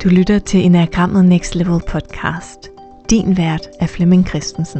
Du lytter til Enagrammet Next Level podcast. Din vært er Flemming Christensen.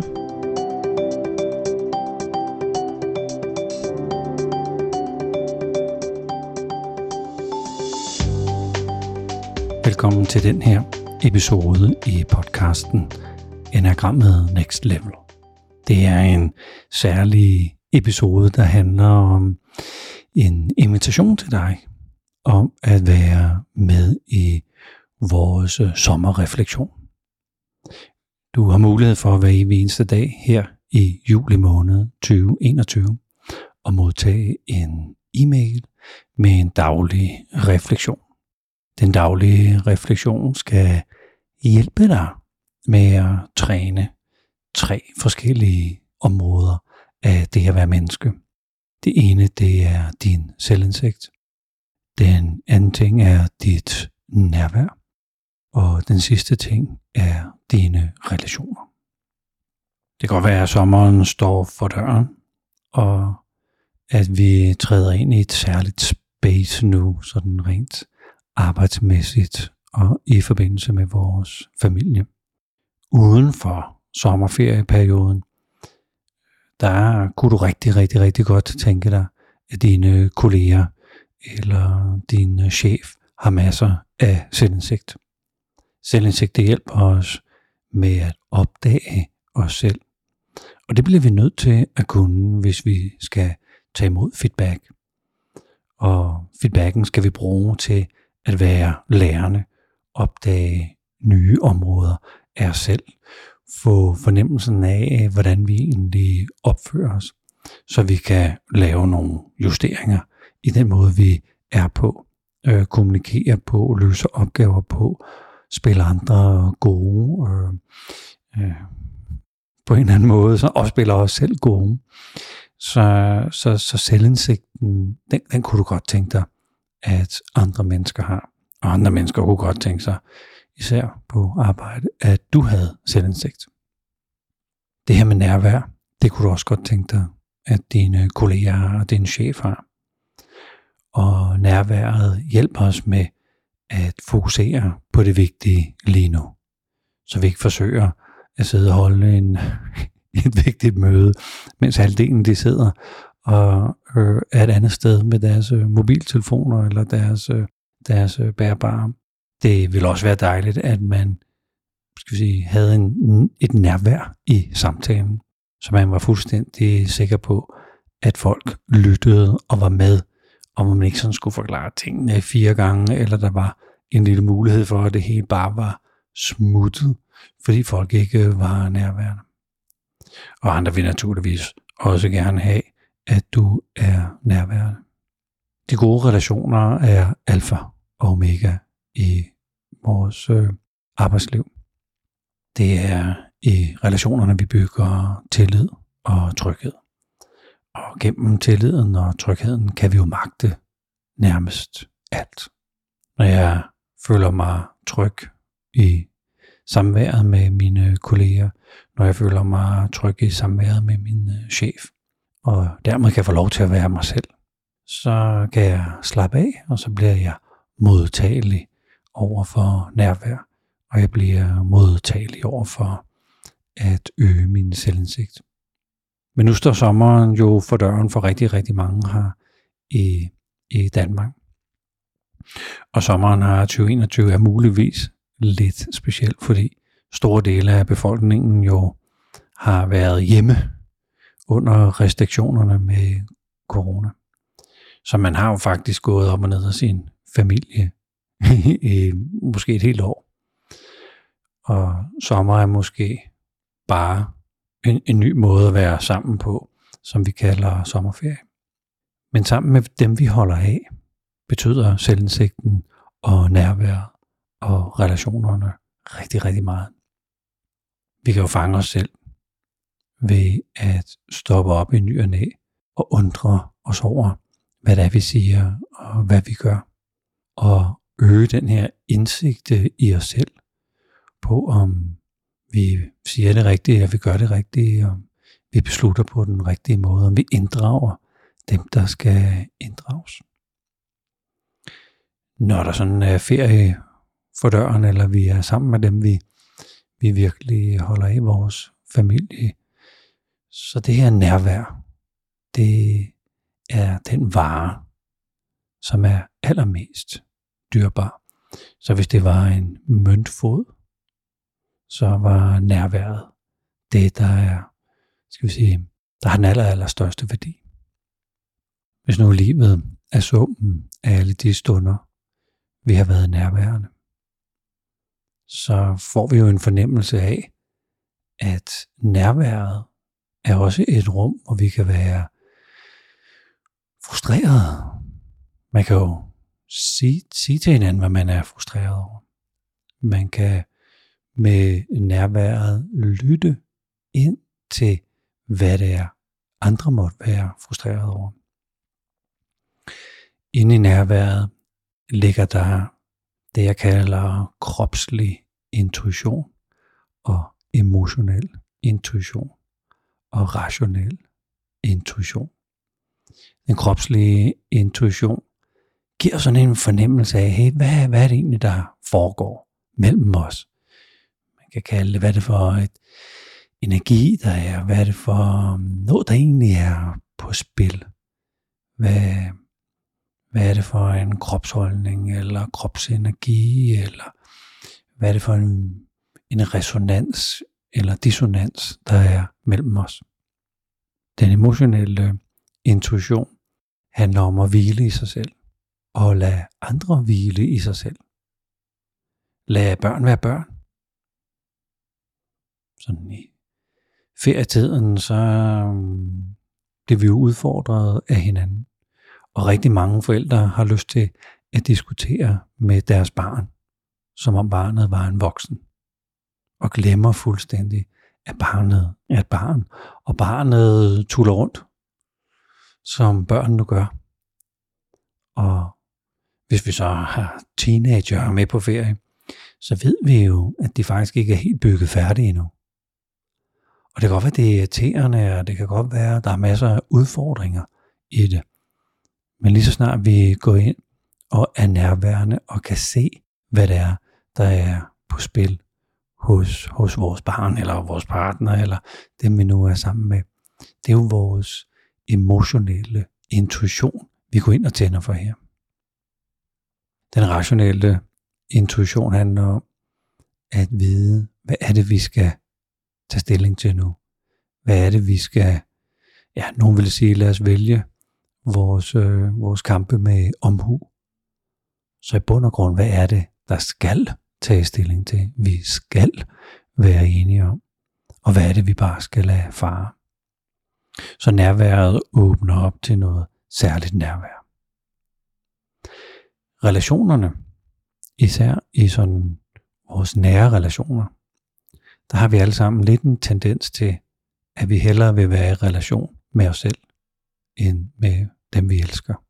Velkommen til den her episode i podcasten Enagrammet Next Level. Det er en særlig episode, der handler om en invitation til dig om at være med i vores sommerreflektion. Du har mulighed for hver eneste dag her i juli måned 2021 at modtage en e-mail med en daglig refleksion. Den daglige refleksion skal hjælpe dig med at træne 3 forskellige områder af det at være menneske. Det ene, det er din selvindsigt. Den anden ting er dit nærvær. Og den sidste ting er dine relationer. Det kan godt være, at sommeren står for døren, og at vi træder ind i et særligt space nu, sådan rent arbejdsmæssigt og i forbindelse med vores familie. Uden for sommerferieperioden, der kunne du rigtig godt tænke dig, at dine kolleger eller din chef har masser af selvindsigt. Selvindsigt, det hjælper os med at opdage os selv. Og det bliver vi nødt til at kunne, hvis vi skal tage imod feedback. Og feedbacken skal vi bruge til at være lærende, opdage nye områder af os selv, få fornemmelsen af, hvordan vi egentlig opfører os, så vi kan lave nogle justeringer i den måde, vi er på, kommunikerer på, løser opgaver på, spiller andre gode, på en eller anden måde, og spiller os selv gode. Så selvindsigten, den kunne du godt tænke dig, at andre mennesker har. Og andre mennesker kunne godt tænke sig, især på arbejde, at du havde selvindsigt. Det her med nærvær, det kunne du også godt tænke dig, at dine kolleger og din chef har. Og nærværet hjælper os med at fokusere på det vigtige lige nu. Så vi ikke forsøger at sidde og holde et vigtigt møde, mens halvdelen de sidder og er et andet sted med deres mobiltelefoner eller deres bærbare. Det vil også være dejligt, at man havde et nærvær i samtalen, så man var fuldstændig sikker på, at folk lyttede og var med, og man ikke sådan skulle forklare tingene 4 gange, eller der var en lille mulighed for, at det hele bare var smuttet, fordi folk ikke var nærværende. Og andre vil naturligvis også gerne have, at du er nærværende. De gode relationer er alfa og omega i vores arbejdsliv. Det er i relationerne, vi bygger tillid og tryghed. Og gennem tilliden og trygheden kan vi jo magte nærmest alt. Når jeg føler mig tryg i samværet med mine kolleger, når jeg føler mig tryg i samværet med min chef, og dermed kan jeg få lov til at være mig selv, så kan jeg slappe af, og så bliver jeg modtagelig over for nærvær, og jeg bliver modtagelig over for at øge min selvindsigt. Men nu står sommeren jo for døren for rigtig mange her i Danmark. Og sommeren her 2021 er muligvis lidt speciel, fordi store dele af befolkningen jo har været hjemme under restriktionerne med corona. Så man har jo faktisk gået op og ned af sin familie i måske et helt år. Og sommer er måske bare en ny måde at være sammen på, som vi kalder sommerferie. Men sammen med dem, vi holder af, betyder selvindsigten og nærværet og relationerne rigtig meget. Vi kan jo fange os selv ved at stoppe op i ny og næ og undre os over, hvad det er, vi siger og hvad vi gør. Og øge den her indsigt i os selv på, om vi siger det rigtige, og vi gør det rigtige, og vi beslutter på den rigtige måde, om vi inddrager dem, der skal inddrages. Når der sådan er ferie for døren, eller vi er sammen med dem, vi virkelig holder af, vores familie. Så det her nærvær, det er den vare, som er allermest dyrbar. Så hvis det var en møntfod, så var nærværet det, der er, der har den allerstørste værdi. Hvis nu livet er summen af alle de stunder, vi har været nærværende, så får vi jo en fornemmelse af, at nærværet er også et rum, hvor vi kan være frustreret. Man kan jo sige til hinanden, hvad man er frustreret over. Man kan med nærværet lytte ind til, hvad det er, andre måtte være frustreret over. Inde i nærværet ligger der det, jeg kalder kropslig intuition og emotionel intuition og rationel intuition. Den kropslige intuition giver sådan en fornemmelse af, hey, hvad er det egentlig, der foregår mellem os? Man kan kalde det, hvad er det for et energi, der er? Hvad er det for noget, der egentlig er på spil? Hvad er det for en kropsholdning, eller kropsenergi, eller hvad er det for en resonans eller dissonans, der er mellem os? Den emotionelle intuition handler om at hvile i sig selv, og lade andre hvile i sig selv. Lad børn være børn. Sådan i ferietiden, så bliver vi jo udfordret af hinanden. Og rigtig mange forældre har lyst til at diskutere med deres barn, som om barnet var en voksen. Og glemmer fuldstændig, at barnet er et barn. Og barnet tuller rundt, som børn nu gør. Og hvis vi så har teenager med på ferie, så ved vi jo, at de faktisk ikke er helt bygget færdige endnu. Og det kan godt være, det er irriterende, og det kan godt være, at der er masser af udfordringer i det. Men lige så snart vi går ind og er nærværende og kan se, hvad det er, der er på spil hos vores barn, eller vores partner, eller dem vi nu er sammen med. Det er jo vores emotionelle intuition, vi går ind og tænder for her. Den rationelle intuition handler om at vide, hvad er det, vi skal tage stilling til nu? Hvad er det, vi skal, nogen vil sige, lad os vælge vores kampe med omhu. Så i bund og grund, hvad er det, der skal tage stilling til? Vi skal være enige om. Og hvad er det, vi bare skal lade fare? Så nærværet åbner op til noget særligt nærvær. Relationerne, især i sådan vores nære relationer, der har vi alle sammen lidt en tendens til, at vi hellere vil være i relation med os selv, end med dem vi elsker.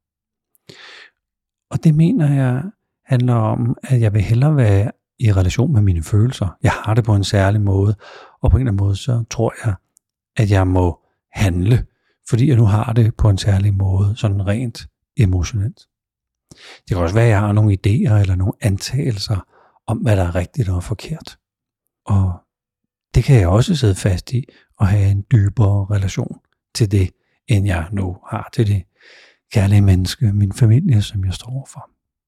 Og det mener jeg handler om, at jeg vil hellere være i relation med mine følelser. Jeg har det på en særlig måde, og på en eller anden måde, så tror jeg, at jeg må handle, fordi jeg nu har det på en særlig måde, sådan rent emotionelt. Det kan også være, at jeg har nogle idéer eller nogle antagelser om, hvad der er rigtigt og forkert. Og det kan jeg også sidde fast i og have en dybere relation til det, end jeg nu har til det kærlige menneske, min familie, som jeg står overfor.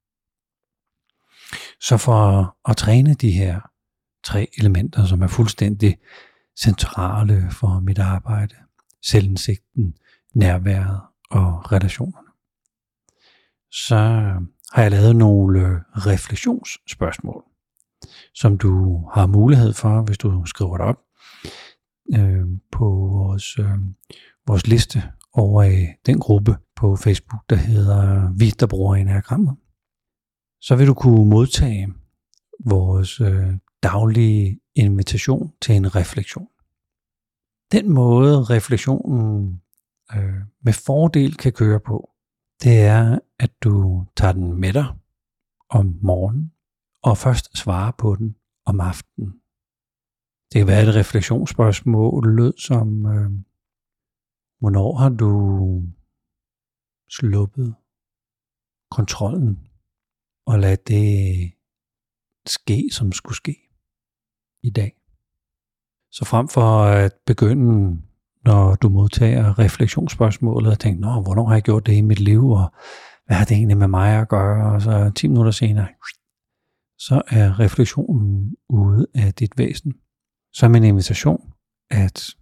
Så for at træne de her 3 elementer, som er fuldstændig centrale for mit arbejde, selvindsigten, nærværet og relationerne, så har jeg lavet nogle refleksionsspørgsmål, som du har mulighed for, hvis du skriver det op på vores liste over i den gruppe på Facebook, der hedder Vi, der bruger enagrammet. Så vil du kunne modtage vores daglige invitation til en refleksion. Den måde refleksionen med fordel kan køre på, det er, at du tager den med dig om morgenen, og først svarer på den om aftenen. Det kan være et refleksionsspørgsmål, lød som, hvornår har du sluppet kontrollen, og lad det ske, som skulle ske i dag. Så frem for at begynde, når du modtager refleksionsspørgsmålet, og tænke, hvornår har jeg gjort det i mit liv, og hvad har det egentlig med mig at gøre, og så 10 minutter senere, så er refleksionen ude af dit væsen. Så er min invitation, at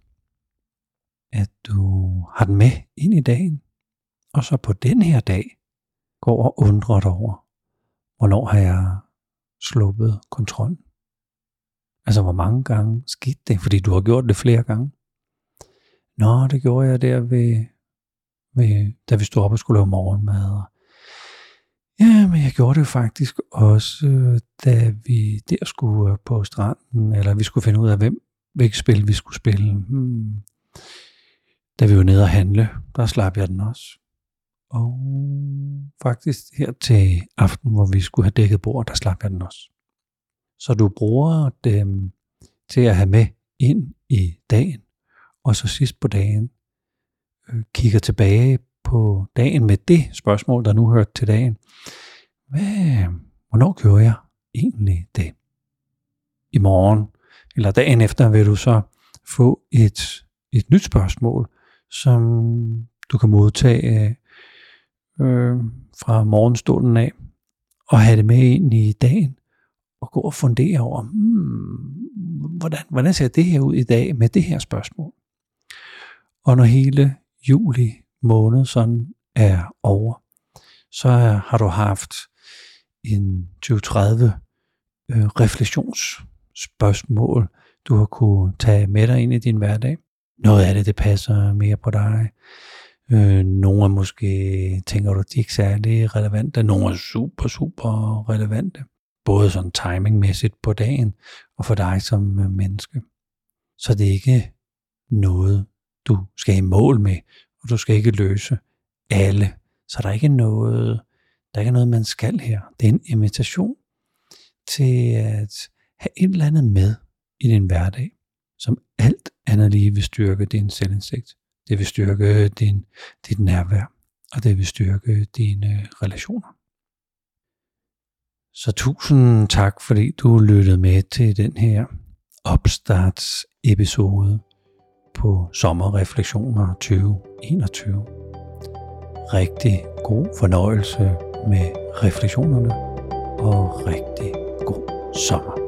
du har den med ind i dagen, og så på den her dag går og undrer dig over, hvornår har jeg sluppet kontrollen. Altså, hvor mange gange skete det? Fordi du har gjort det flere gange. Det gjorde jeg der da vi stod op og skulle lave morgenmad. Ja, men jeg gjorde det faktisk også, da vi der skulle på stranden, eller vi skulle finde ud af, hvilket spil vi skulle spille. Da vi var nede og handle, der slap jeg den også. Og faktisk her til aften, hvor vi skulle have dækket bord, der slap jeg den også. Så du bruger dem til at have med ind i dagen, og så sidst på dagen kigger tilbage på dagen med det spørgsmål, der nu hørte til dagen. Hvornår gjorde jeg egentlig det? I morgen eller dagen efter vil du så få et nyt spørgsmål, som du kan modtage fra morgenstunden af, og have det med ind i dagen, og gå og fundere over, hvordan ser det her ud i dag med det her spørgsmål? Og når hele juli måned sådan er over, så har du haft en 20-30 refleksionsspørgsmål, du har kunne tage med dig ind i din hverdag. Noget af det passer mere på dig. Nogle er måske, tænker du, de er ikke særlig relevante. Nogle er super, super relevante. Både sådan timingmæssigt på dagen, og for dig som menneske. Så det er ikke noget, du skal i mål med, og du skal ikke løse alle. Så der er ikke noget, man skal her. Det er en invitation til at have et eller andet med i din hverdag, som alt andet lige vil styrke din selvindsigt. Det vil styrke dit nærvær, og det vil styrke dine relationer. Så tusind tak, fordi du lyttede med til den her opstartsepisode på Sommerreflektioner 2021. Rigtig god fornøjelse med refleksionerne, og rigtig god sommer.